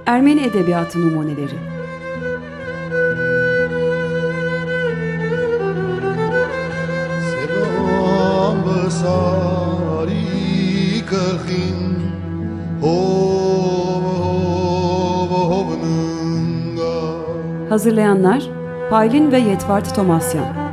Ermeni Edebiyatı Numuneleri. Hazırlayanlar Paylin ve Yetvart Tomasyan.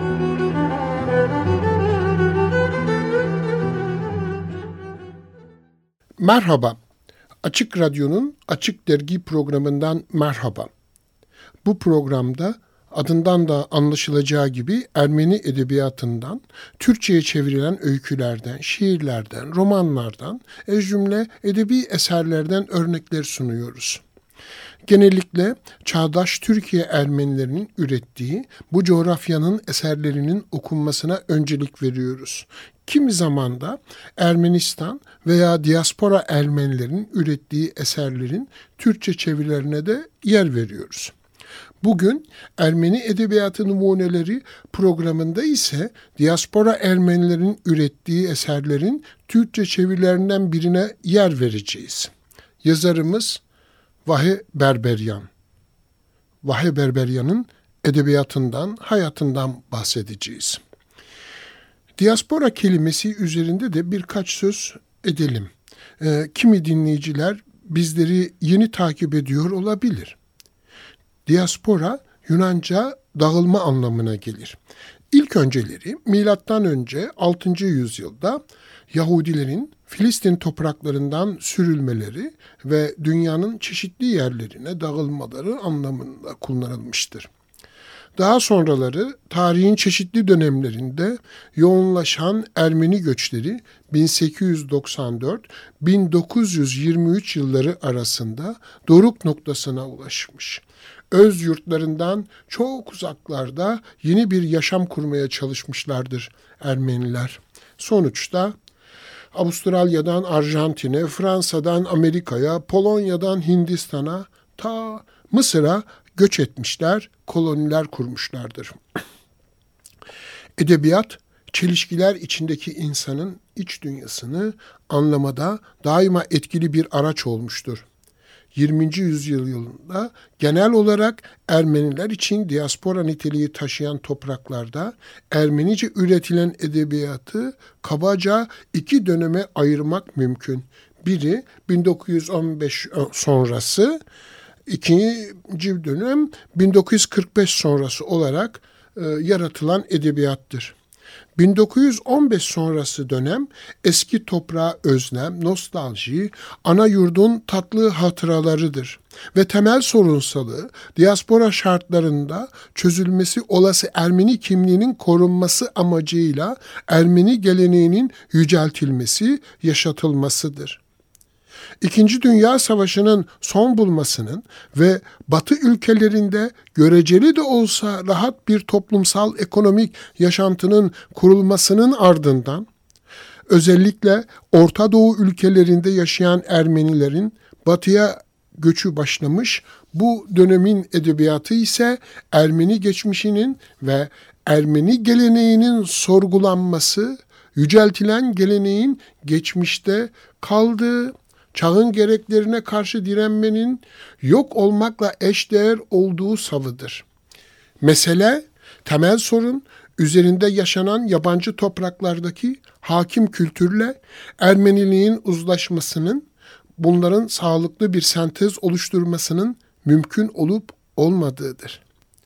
Merhaba, Açık Radyo'nun Açık Dergi programından merhaba. Bu programda adından da anlaşılacağı gibi Ermeni edebiyatından, Türkçe'ye çevrilen öykülerden, şiirlerden, romanlardan, cümle edebi eserlerden örnekler sunuyoruz. Genellikle çağdaş Türkiye Ermenilerinin ürettiği bu coğrafyanın eserlerinin okunmasına öncelik veriyoruz. Kimi zaman da Ermenistan veya diaspora Ermenilerin ürettiği eserlerin Türkçe çevirilerine de yer veriyoruz. Bugün Ermeni Edebiyatı Numuneleri programında ise diaspora Ermenilerin ürettiği eserlerin Türkçe çevirilerinden birine yer vereceğiz. Yazarımız Vahe Berberyan. Vahe Berberyan'ın edebiyatından, hayatından bahsedeceğiz. Diaspora kelimesi üzerinde de birkaç söz edelim. Kimi dinleyiciler bizleri yeni takip ediyor olabilir. Diaspora Yunanca dağılma anlamına gelir. İlk önceleri milattan önce 6. yüzyılda Yahudilerin Filistin topraklarından sürülmeleri ve dünyanın çeşitli yerlerine dağılmaları anlamında kullanılmıştır. Daha sonraları tarihin çeşitli dönemlerinde yoğunlaşan Ermeni göçleri 1894-1923 yılları arasında doruk noktasına ulaşmış. Öz yurtlarından çok uzaklarda yeni bir yaşam kurmaya çalışmışlardır Ermeniler. Sonuçta Avustralya'dan Arjantin'e, Fransa'dan Amerika'ya, Polonya'dan Hindistan'a, ta Mısır'a göç etmişler, koloniler kurmuşlardır. Edebiyat, çelişkiler içindeki insanın iç dünyasını anlamada daima etkili bir araç olmuştur. 20. yüzyıl yılında genel olarak Ermeniler için diaspora niteliği taşıyan topraklarda Ermenice üretilen edebiyatı kabaca iki döneme ayırmak mümkün. Biri 1915 sonrası, ikinci dönem 1945 sonrası olarak yaratılan edebiyattır. 1915 sonrası dönem eski toprağa özlem, nostalji, ana yurdun tatlı hatıralarıdır ve temel sorunsalı diaspora şartlarında çözülmesi olası Ermeni kimliğinin korunması amacıyla Ermeni geleneğinin yüceltilmesi, yaşatılmasıdır. İkinci Dünya Savaşı'nın son bulmasının ve Batı ülkelerinde göreceli de olsa rahat bir toplumsal ekonomik yaşantının kurulmasının ardından özellikle Orta Doğu ülkelerinde yaşayan Ermenilerin Batı'ya göçü başlamış, bu dönemin edebiyatı ise Ermeni geçmişinin ve Ermeni geleneğinin sorgulanması, yüceltilen geleneğin geçmişte kaldığı, çağın gereklerine karşı direnmenin yok olmakla eşdeğer olduğu savıdır. Mesele, temel sorun, üzerinde yaşanan yabancı topraklardaki hakim kültürle Ermeniliğin uzlaşmasının, bunların sağlıklı bir sentez oluşturmasının mümkün olup olmadığıdır.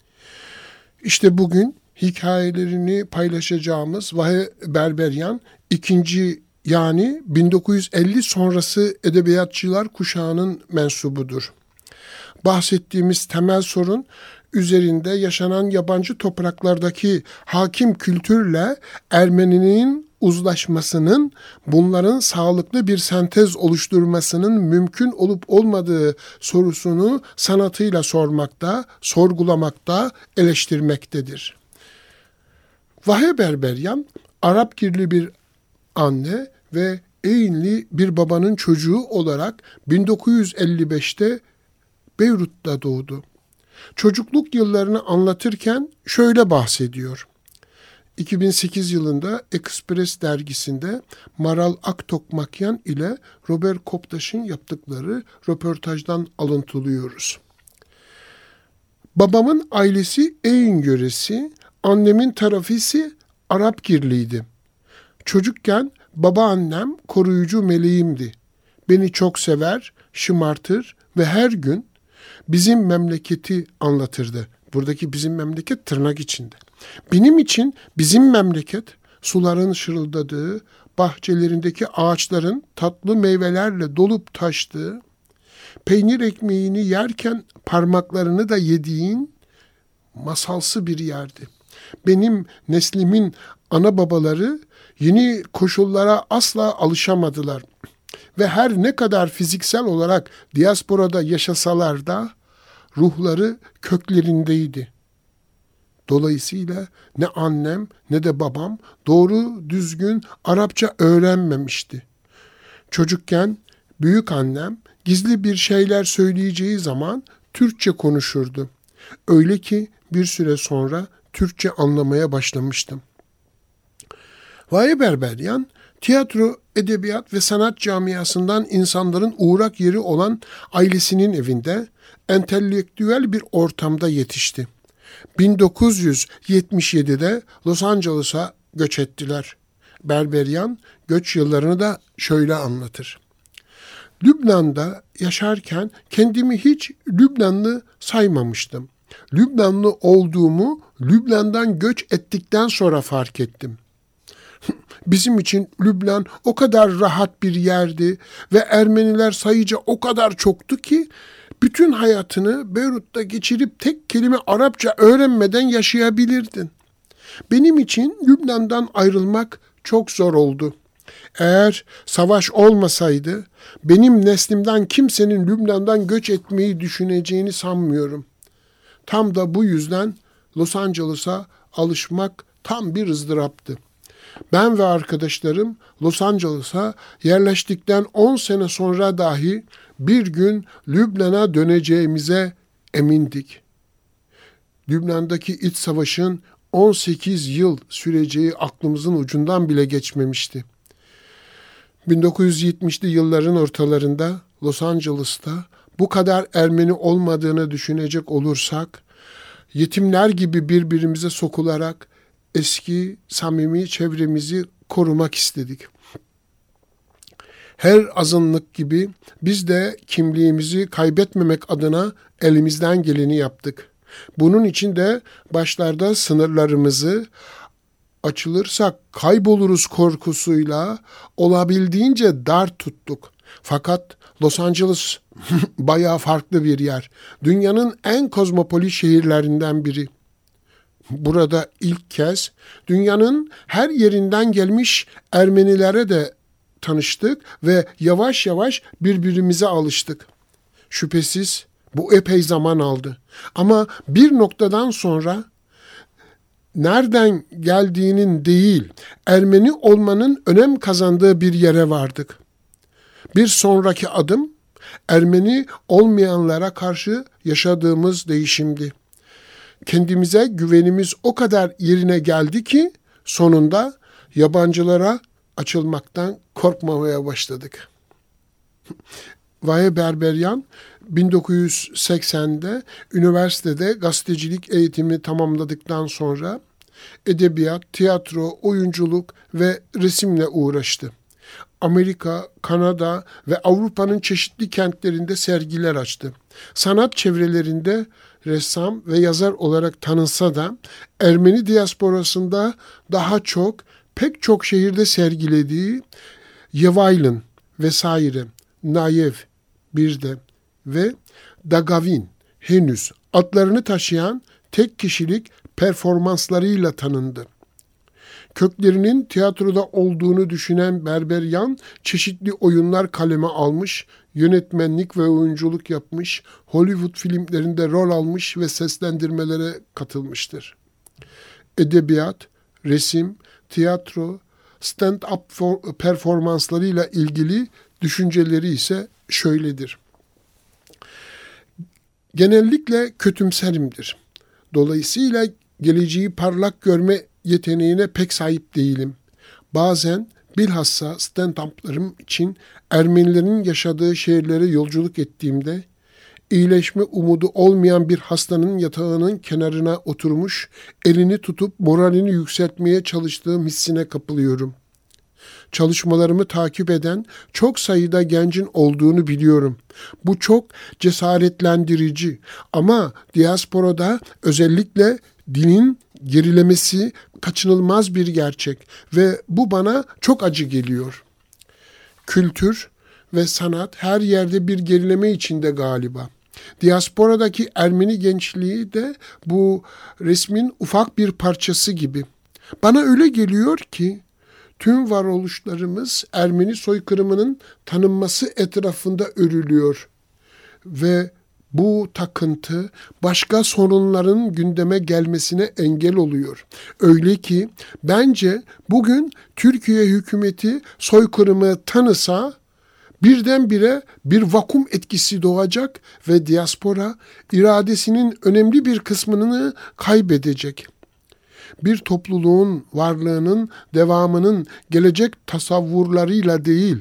İşte bugün hikayelerini paylaşacağımız Vahe Berberyan, yani 1950 sonrası edebiyatçılar kuşağının mensubudur. Bahsettiğimiz temel sorun, üzerinde yaşanan yabancı topraklardaki hakim kültürle Ermeninin uzlaşmasının, bunların sağlıklı bir sentez oluşturmasının mümkün olup olmadığı sorusunu sanatıyla sormakta, sorgulamakta, eleştirmektedir. Vahe Berberyan, Arap kirli bir anne ve Eynli bir babanın çocuğu olarak 1955'te Beyrut'ta doğdu. Çocukluk yıllarını anlatırken şöyle bahsediyor. 2008 yılında Express dergisinde Maral Aktokmakyan ile Robert Koptaş'ın yaptıkları röportajdan alıntılıyoruz. Babamın ailesi Eyn yöresi, annemin tarafı ise Arapgirliydi. Çocukken babaannem koruyucu meleğimdi. Beni çok sever, şımartır ve her gün bizim memleketi anlatırdı. Buradaki bizim memleket tırnak içinde. Benim için bizim memleket suların şırıldadığı, bahçelerindeki ağaçların tatlı meyvelerle dolup taştığı, peynir ekmeğini yerken parmaklarını da yediğin masalsı bir yerdi. Benim neslimin ana babaları yeni koşullara asla alışamadılar ve her ne kadar fiziksel olarak diasporada yaşasalar da ruhları köklerindeydi. Dolayısıyla ne annem ne de babam doğru düzgün Arapça öğrenmemişti. Çocukken büyük annem gizli bir şeyler söyleyeceği zaman Türkçe konuşurdu. Öyle ki bir süre sonra Türkçe anlamaya başlamıştım. Vahe Berberyan, tiyatro, edebiyat ve sanat camiasından insanların uğrak yeri olan ailesinin evinde entelektüel bir ortamda yetişti. 1977'de Los Angeles'a göç ettiler. Berberyan göç yıllarını da şöyle anlatır. Lübnan'da yaşarken kendimi hiç Lübnanlı saymamıştım. Lübnanlı olduğumu Lübnan'dan göç ettikten sonra fark ettim. Bizim için Lübnan o kadar rahat bir yerdi ve Ermeniler sayıca o kadar çoktu ki bütün hayatını Beyrut'ta geçirip tek kelime Arapça öğrenmeden yaşayabilirdin. Benim için Lübnan'dan ayrılmak çok zor oldu. Eğer savaş olmasaydı benim neslimden kimsenin Lübnan'dan göç etmeyi düşüneceğini sanmıyorum. Tam da bu yüzden Los Angeles'a alışmak tam bir ızdıraptı. Ben ve arkadaşlarım Los Angeles'a yerleştikten 10 sene sonra dahi bir gün Lübnan'a döneceğimize emindik. Lübnan'daki iç savaşın 18 yıl süreceği aklımızın ucundan bile geçmemişti. 1970'li yılların ortalarında Los Angeles'ta bu kadar Ermeni olmadığını düşünecek olursak, yetimler gibi birbirimize sokularak eski, samimi çevremizi korumak istedik. Her azınlık gibi biz de kimliğimizi kaybetmemek adına elimizden geleni yaptık. Bunun için de başlarda sınırlarımızı açılırsak kayboluruz korkusuyla olabildiğince dar tuttuk. Fakat Los Angeles bayağı farklı bir yer. Dünyanın en kozmopolit şehirlerinden biri. Burada ilk kez dünyanın her yerinden gelmiş Ermenilere de tanıştık ve yavaş yavaş birbirimize alıştık. Şüphesiz bu epey zaman aldı. Ama bir noktadan sonra nereden geldiğinin değil, Ermeni olmanın önem kazandığı bir yere vardık. Bir sonraki adım, Ermeni olmayanlara karşı yaşadığımız değişimdi. Kendimize güvenimiz o kadar yerine geldi ki sonunda yabancılara açılmaktan korkmamaya başladık. Vahe Berberyan 1980'de üniversitede gazetecilik eğitimi tamamladıktan sonra edebiyat, tiyatro, oyunculuk ve resimle uğraştı. Amerika, Kanada ve Avrupa'nın çeşitli kentlerinde sergiler açtı. Sanat çevrelerinde ressam ve yazar olarak tanınsa da Ermeni diasporasında daha çok pek çok şehirde sergilediği Yevaylin vesaire, Nayev bir de ve Dagavin henüz adlarını taşıyan tek kişilik performanslarıyla tanındı. Köklerinin tiyatroda olduğunu düşünen Berberyan çeşitli oyunlar kaleme almış, yönetmenlik ve oyunculuk yapmış, Hollywood filmlerinde rol almış ve seslendirmelere katılmıştır. Edebiyat, resim, tiyatro, stand-up performanslarıyla ilgili düşünceleri ise şöyledir. Genellikle kötümserimdir. Dolayısıyla geleceği parlak görme yeteneğine pek sahip değilim. Bazen bilhassa stand-up'larım için Ermenilerin yaşadığı şehirlere yolculuk ettiğimde iyileşme umudu olmayan bir hastanın yatağının kenarına oturmuş, elini tutup moralini yükseltmeye çalıştığım hissine kapılıyorum. Çalışmalarımı takip eden çok sayıda gencin olduğunu biliyorum. Bu çok cesaretlendirici ama diasporada özellikle dinin gerilemesi kaçınılmaz bir gerçek ve bu bana çok acı geliyor. Kültür ve sanat her yerde bir gerileme içinde galiba. Diasporadaki Ermeni gençliği de bu resmin ufak bir parçası gibi. Bana öyle geliyor ki tüm varoluşlarımız Ermeni soykırımının tanınması etrafında örülüyor ve bu takıntı başka sorunların gündeme gelmesine engel oluyor. Öyle ki bence bugün Türkiye hükümeti soykırımı tanısa birdenbire bir vakum etkisi doğacak ve diaspora iradesinin önemli bir kısmını kaybedecek. Bir topluluğun varlığının devamının gelecek tasavvurlarıyla değil,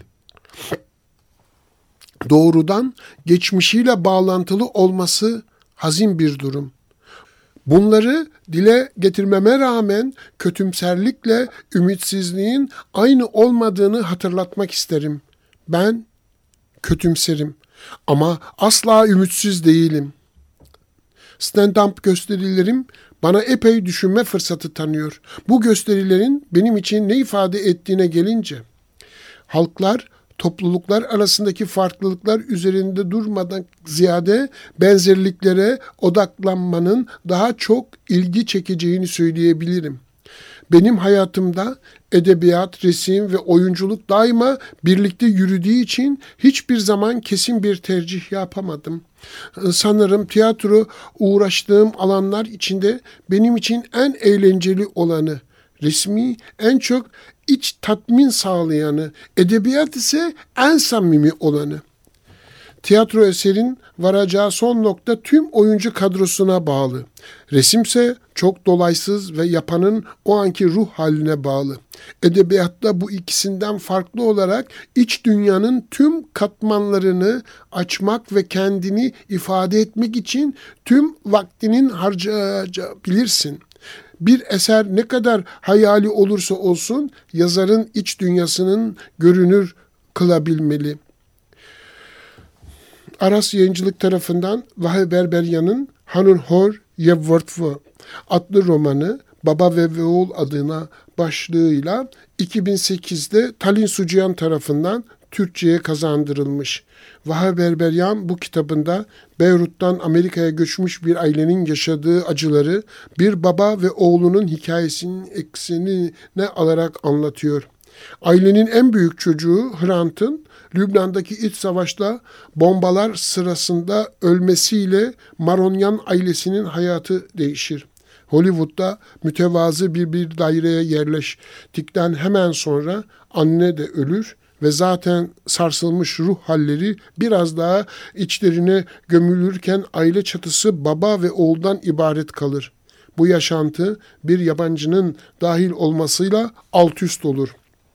doğrudan geçmişiyle bağlantılı olması hazin bir durum. Bunları dile getirmeme rağmen kötümserlikle ümitsizliğin aynı olmadığını hatırlatmak isterim. Ben kötümserim ama asla ümitsiz değilim. Stand-up gösterilerim bana epey düşünme fırsatı tanıyor. Bu gösterilerin benim için ne ifade ettiğine gelince, halklar, topluluklar arasındaki farklılıklar üzerinde durmadan ziyade benzerliklere odaklanmanın daha çok ilgi çekeceğini söyleyebilirim. Benim hayatımda edebiyat, resim ve oyunculuk daima birlikte yürüdüğü için hiçbir zaman kesin bir tercih yapamadım. Sanırım tiyatro uğraştığım alanlar içinde benim için en eğlenceli olanı, resmi en çok iç tatmin sağlayanı, edebiyat ise en samimi olanı. Tiyatro eserin varacağı son nokta tüm oyuncu kadrosuna bağlı. Resimse çok dolaysız ve yapanın o anki ruh haline bağlı. Edebiyatta bu ikisinden farklı olarak iç dünyanın tüm katmanlarını açmak ve kendini ifade etmek için tüm vaktinin harcayabilirsin. Bir eser ne kadar hayali olursa olsun yazarın iç dünyasının görünür kılabilmeli. Aras Yayıncılık tarafından Vahe Berberyan'ın Hanun Hor Yevvortvo adlı romanı Baba ve Oğul adına başlığıyla 2008'de Talin Sucuyan tarafından Türkçe'ye kazandırılmış. Vahe Berberyan bu kitabında Beyrut'tan Amerika'ya göçmüş bir ailenin yaşadığı acıları bir baba ve oğlunun hikayesinin eksenine alarak anlatıyor. Ailenin en büyük çocuğu Hrant'ın Lübnan'daki iç savaşta bombalar sırasında ölmesiyle Maronyan ailesinin hayatı değişir. Hollywood'da mütevazı bir daireye yerleştikten hemen sonra anne de ölür ve zaten sarsılmış ruh halleri biraz daha içlerine gömülürken aile çatısı baba ve oğuldan ibaret kalır. Bu yaşantı bir yabancının dahil olmasıyla alt üst olur.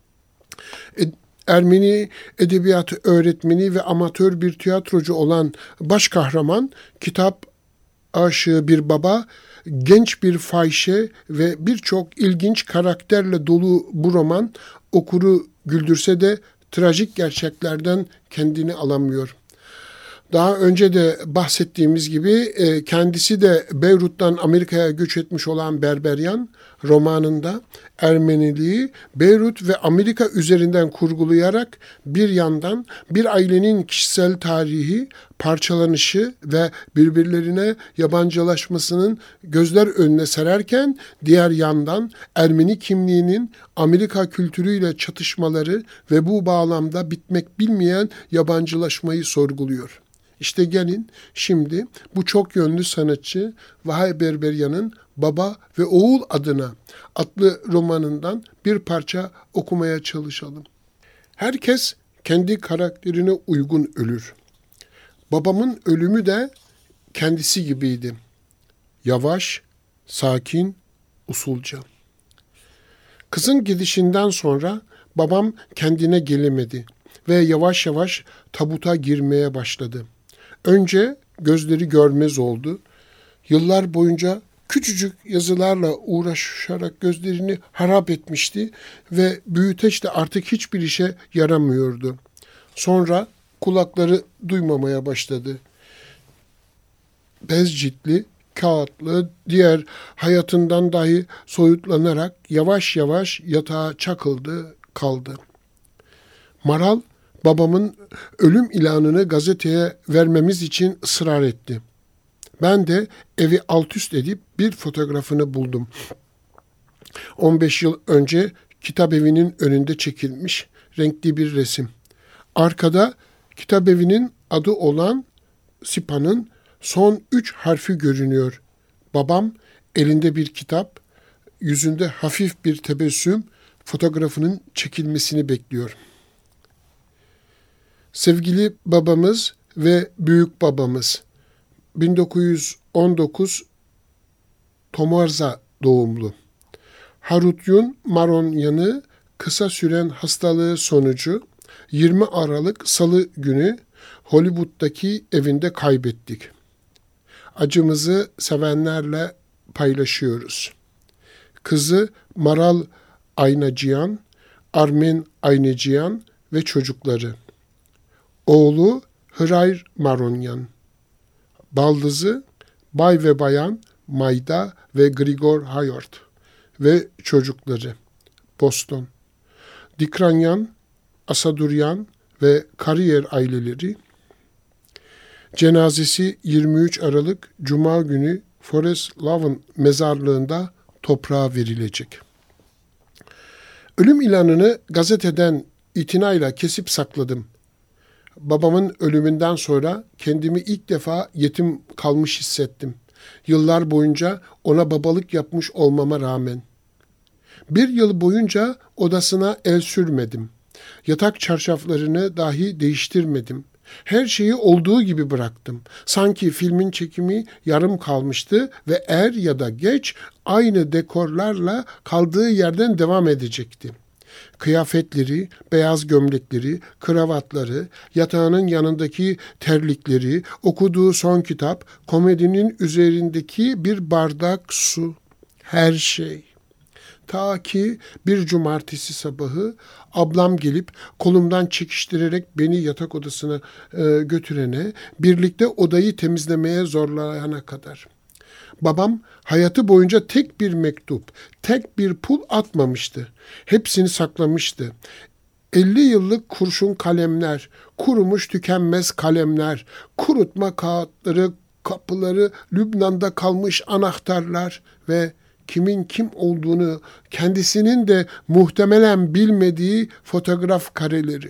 Ermeni edebiyatı öğretmeni ve amatör bir tiyatrocu olan baş kahraman, kitap aşığı bir baba, genç bir fahişe ve birçok ilginç karakterle dolu bu roman okuru güldürse de trajik gerçeklerden kendini alamıyor. Daha önce de bahsettiğimiz gibi kendisi de Beyrut'tan Amerika'ya göç etmiş olan Berberyan romanında Ermeniliği Beyrut ve Amerika üzerinden kurgulayarak bir yandan bir ailenin kişisel tarihi, parçalanışı ve birbirlerine yabancılaşmasının gözler önüne sererken diğer yandan Ermeni kimliğinin Amerika kültürüyle çatışmaları ve bu bağlamda bitmek bilmeyen yabancılaşmayı sorguluyor. İşte gelin şimdi bu çok yönlü sanatçı Vahe Berberyan'ın Baba ve Oğul adına adlı romanından bir parça okumaya çalışalım. Herkes kendi karakterine uygun ölür. Babamın ölümü de kendisi gibiydi. Yavaş, sakin, usulca. Kızın gidişinden sonra babam kendine gelemedi ve yavaş yavaş tabuta girmeye başladı. Önce gözleri görmez oldu. Yıllar boyunca küçücük yazılarla uğraşarak gözlerini harap etmişti ve büyüteç de artık hiçbir işe yaramıyordu. Sonra kulakları duymamaya başladı. Bezcitli, kağıtlı, diğer hayatından dahi soyutlanarak yavaş yavaş yatağa çakıldı, kaldı. Maral, babamın ölüm ilanını gazeteye vermemiz için ısrar etti. Ben de evi alt üst edip bir fotoğrafını buldum. 15 yıl önce kitabevinin önünde çekilmiş renkli bir resim. Arkada kitabevinin adı olan Sipa'nın son 3 harfi görünüyor. Babam elinde bir kitap, yüzünde hafif bir tebessüm, fotoğrafının çekilmesini bekliyor. Sevgili babamız ve büyük babamız 1919 Tomarza doğumlu. Harutyun Maronyan'ı kısa süren hastalığı sonucu 20 Aralık Salı günü Hollywood'daki evinde kaybettik. Acımızı sevenlerle paylaşıyoruz. Kızı Maral Aynacıyan, Armen Aynacıyan ve çocukları. Oğlu Hrayr Maronyan. Baldızı Bay ve Bayan Mayda ve Grigor Hayort ve çocukları. Boston. Dikranyan, Asaduryan ve Kariyer aileleri. Cenazesi 23 Aralık Cuma günü Forest Lawn mezarlığında toprağa verilecek. Ölüm ilanını gazeteden itinayla kesip sakladım. Babamın ölümünden sonra kendimi ilk defa yetim kalmış hissettim. Yıllar boyunca ona babalık yapmış olmama rağmen. Bir yıl boyunca odasına el sürmedim. Yatak çarşaflarını dahi değiştirmedim. Her şeyi olduğu gibi bıraktım. Sanki filmin çekimi yarım kalmıştı ve er ya da geç aynı dekorlarla kaldığı yerden devam edecekti. Kıyafetleri, beyaz gömlekleri, kravatları, yatağının yanındaki terlikleri, okuduğu son kitap, komedinin üzerindeki bir bardak su, her şey. Ta ki bir cumartesi sabahı ablam gelip kolumdan çekiştirerek beni yatak odasına götürene, birlikte odayı temizlemeye zorlayana kadar. Babam hayatı boyunca tek bir mektup, tek bir pul atmamıştı. Hepsini saklamıştı. 50 yıllık kurşun kalemler, kurumuş tükenmez kalemler, kurutma kağıtları, kapıları, Lübnan'da kalmış anahtarlar ve kimin kim olduğunu kendisinin de muhtemelen bilmediği fotoğraf kareleri.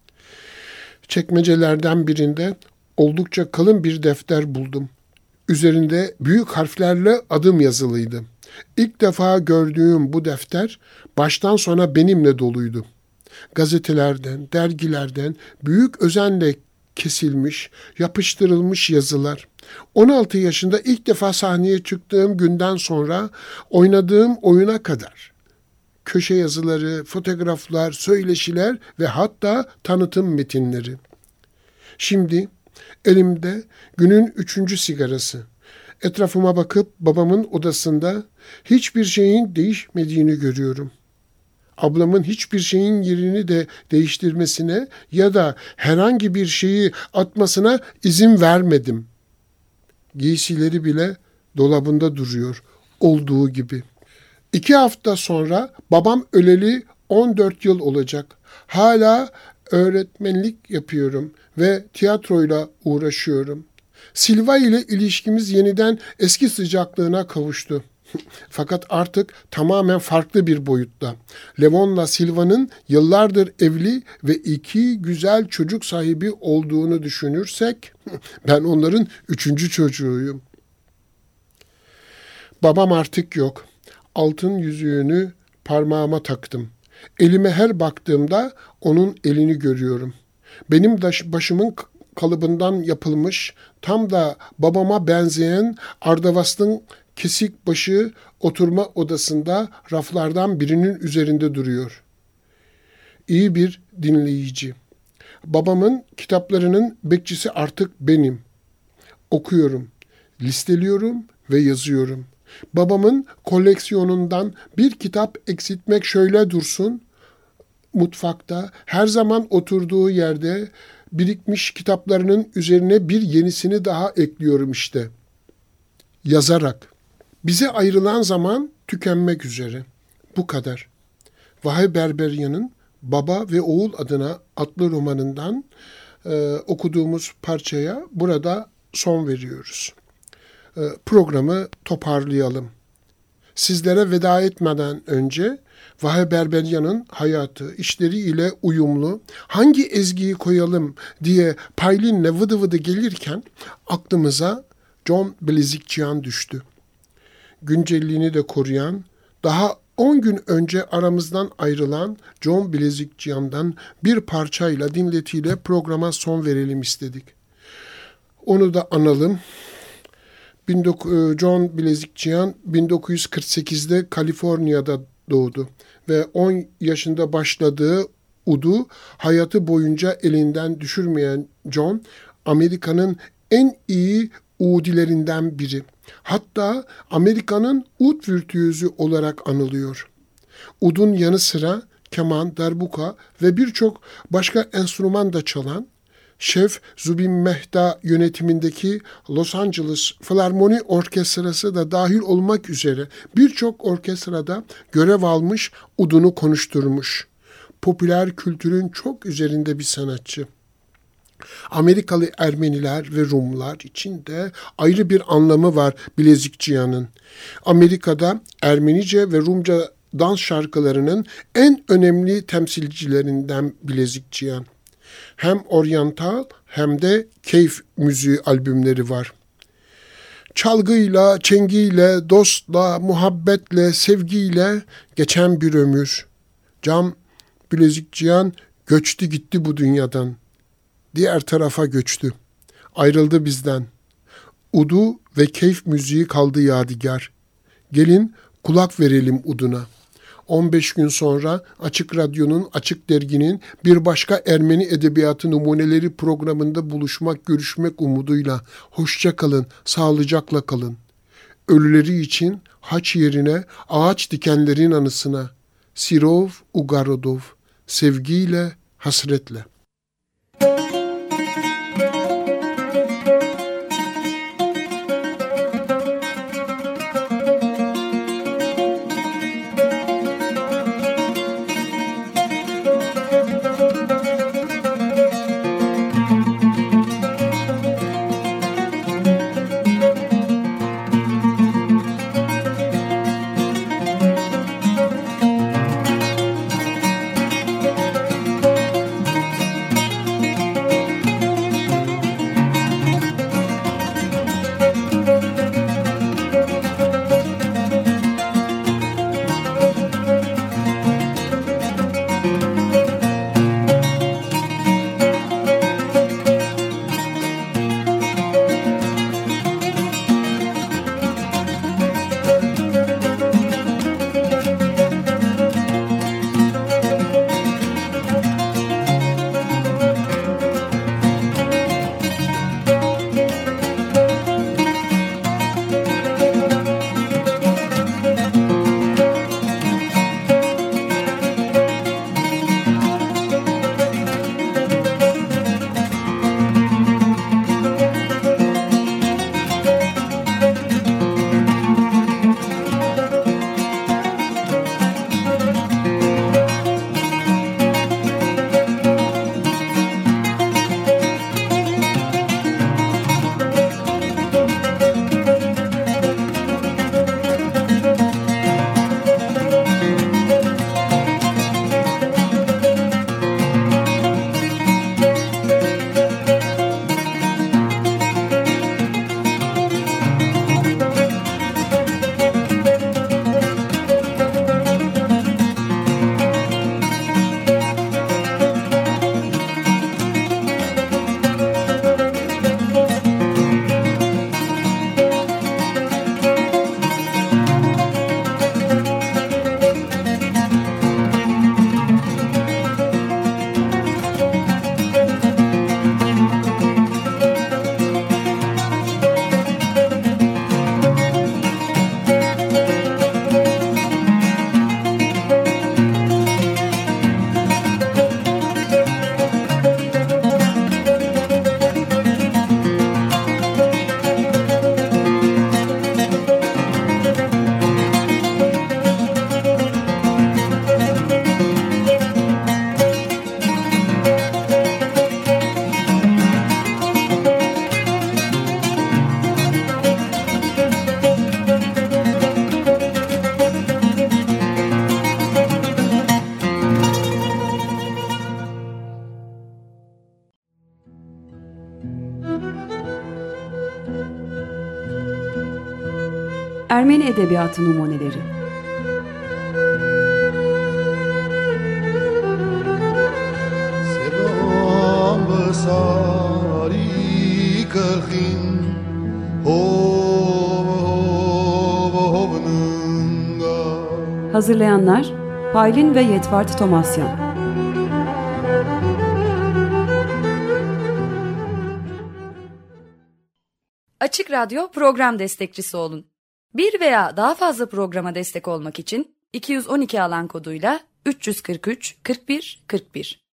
Çekmecelerden birinde oldukça kalın bir defter buldum. Üzerinde büyük harflerle adım yazılıydı. İlk defa gördüğüm bu defter baştan sona benimle doluydu. Gazetelerden, dergilerden büyük özenle kesilmiş, yapıştırılmış yazılar. 16 yaşında ilk defa sahneye çıktığım günden sonra oynadığım oyuna kadar. Köşe yazıları, fotoğraflar, söyleşiler ve hatta tanıtım metinleri. Şimdi elimde günün 3. sigarası. Etrafıma bakıp babamın odasında hiçbir şeyin değişmediğini görüyorum. Ablamın hiçbir şeyin yerini de değiştirmesine ya da herhangi bir şeyi atmasına izin vermedim. Giysileri bile dolabında duruyor, olduğu gibi. 2 hafta sonra babam öleli 14 yıl olacak. Hala öğretmenlik yapıyorum ve tiyatroyla uğraşıyorum. Silva ile ilişkimiz yeniden eski sıcaklığına kavuştu. Fakat artık tamamen farklı bir boyutta. Levon'la Silva'nın yıllardır evli ve 2 güzel çocuk sahibi olduğunu düşünürsek, ben onların 3. çocuğuyum. Babam artık yok. Altın yüzüğünü parmağıma taktım. Elime her baktığımda onun elini görüyorum. Benim başımın kalıbından yapılmış, tam da babama benzeyen Ardavas'ın kesik başı oturma odasında raflardan birinin üzerinde duruyor. İyi bir dinleyici. Babamın kitaplarının bekçisi artık benim. Okuyorum, listeliyorum ve yazıyorum. Babamın koleksiyonundan bir kitap eksiltmek şöyle dursun. Mutfakta her zaman oturduğu yerde birikmiş kitaplarının üzerine bir yenisini daha ekliyorum işte. Yazarak. Bize ayrılan zaman tükenmek üzere. Bu kadar. Vahe Berberian'ın Baba ve Oğul Adına adlı romanından okuduğumuz parçaya burada son veriyoruz. Programı toparlayalım. Sizlere veda etmeden önce Vahe Berberian'ın hayatı, işleriyle uyumlu, hangi ezgiyi koyalım diye Paylin'le vıdı vıdı gelirken aklımıza John Bilezikçiyan düştü. Güncelliğini de koruyan, daha 10 gün önce aramızdan ayrılan John Bilezikçiyan'dan bir parçayla, dinletiyle programa son verelim istedik. Onu da analım. John Bilezikçiyan 1948'de Kaliforniya'da doğdu ve 10 yaşında başladığı udu hayatı boyunca elinden düşürmeyen John, Amerika'nın en iyi udilerinden biri. Hatta Amerika'nın ud virtüözü olarak anılıyor. Udun yanı sıra keman, darbuka ve birçok başka enstrüman da çalan, Şef Zubin Mehta yönetimindeki Los Angeles Filarmoni Orkestrası da dahil olmak üzere birçok orkestrada görev almış, udunu konuşturmuş. Popüler kültürün çok üzerinde bir sanatçı. Amerikalı Ermeniler ve Rumlar için de ayrı bir anlamı var Bilezikçiyan'ın. Amerika'da Ermenice ve Rumca dans şarkılarının en önemli temsilcilerinden Bilezikçiyan. Hem oryantal hem de keyif müziği albümleri var. Çalgıyla, çengiyle, dostla, muhabbetle, sevgiyle geçen bir ömür. John Bilezikçiyan göçtü gitti bu dünyadan. Diğer tarafa göçtü. Ayrıldı bizden. Udu ve keyif müziği kaldı yadigar. Gelin kulak verelim uduna. 15 gün sonra Açık Radyo'nun, Açık Dergi'nin bir başka Ermeni Edebiyatı Numuneleri programında buluşmak, görüşmek umuduyla. Hoşça kalın, sağlıcakla kalın. Ölüleri için haç yerine ağaç dikenlerin anısına. Sirov Ugarodov, sevgiyle, hasretle. Ermeni Edebiyatı Numuneleri. Hazırlayanlar Paylin ve Yetvart Tomasyan. Açık Radyo program destekçisi olun. Bir veya daha fazla programa destek olmak için 212 alan koduyla 343 41 41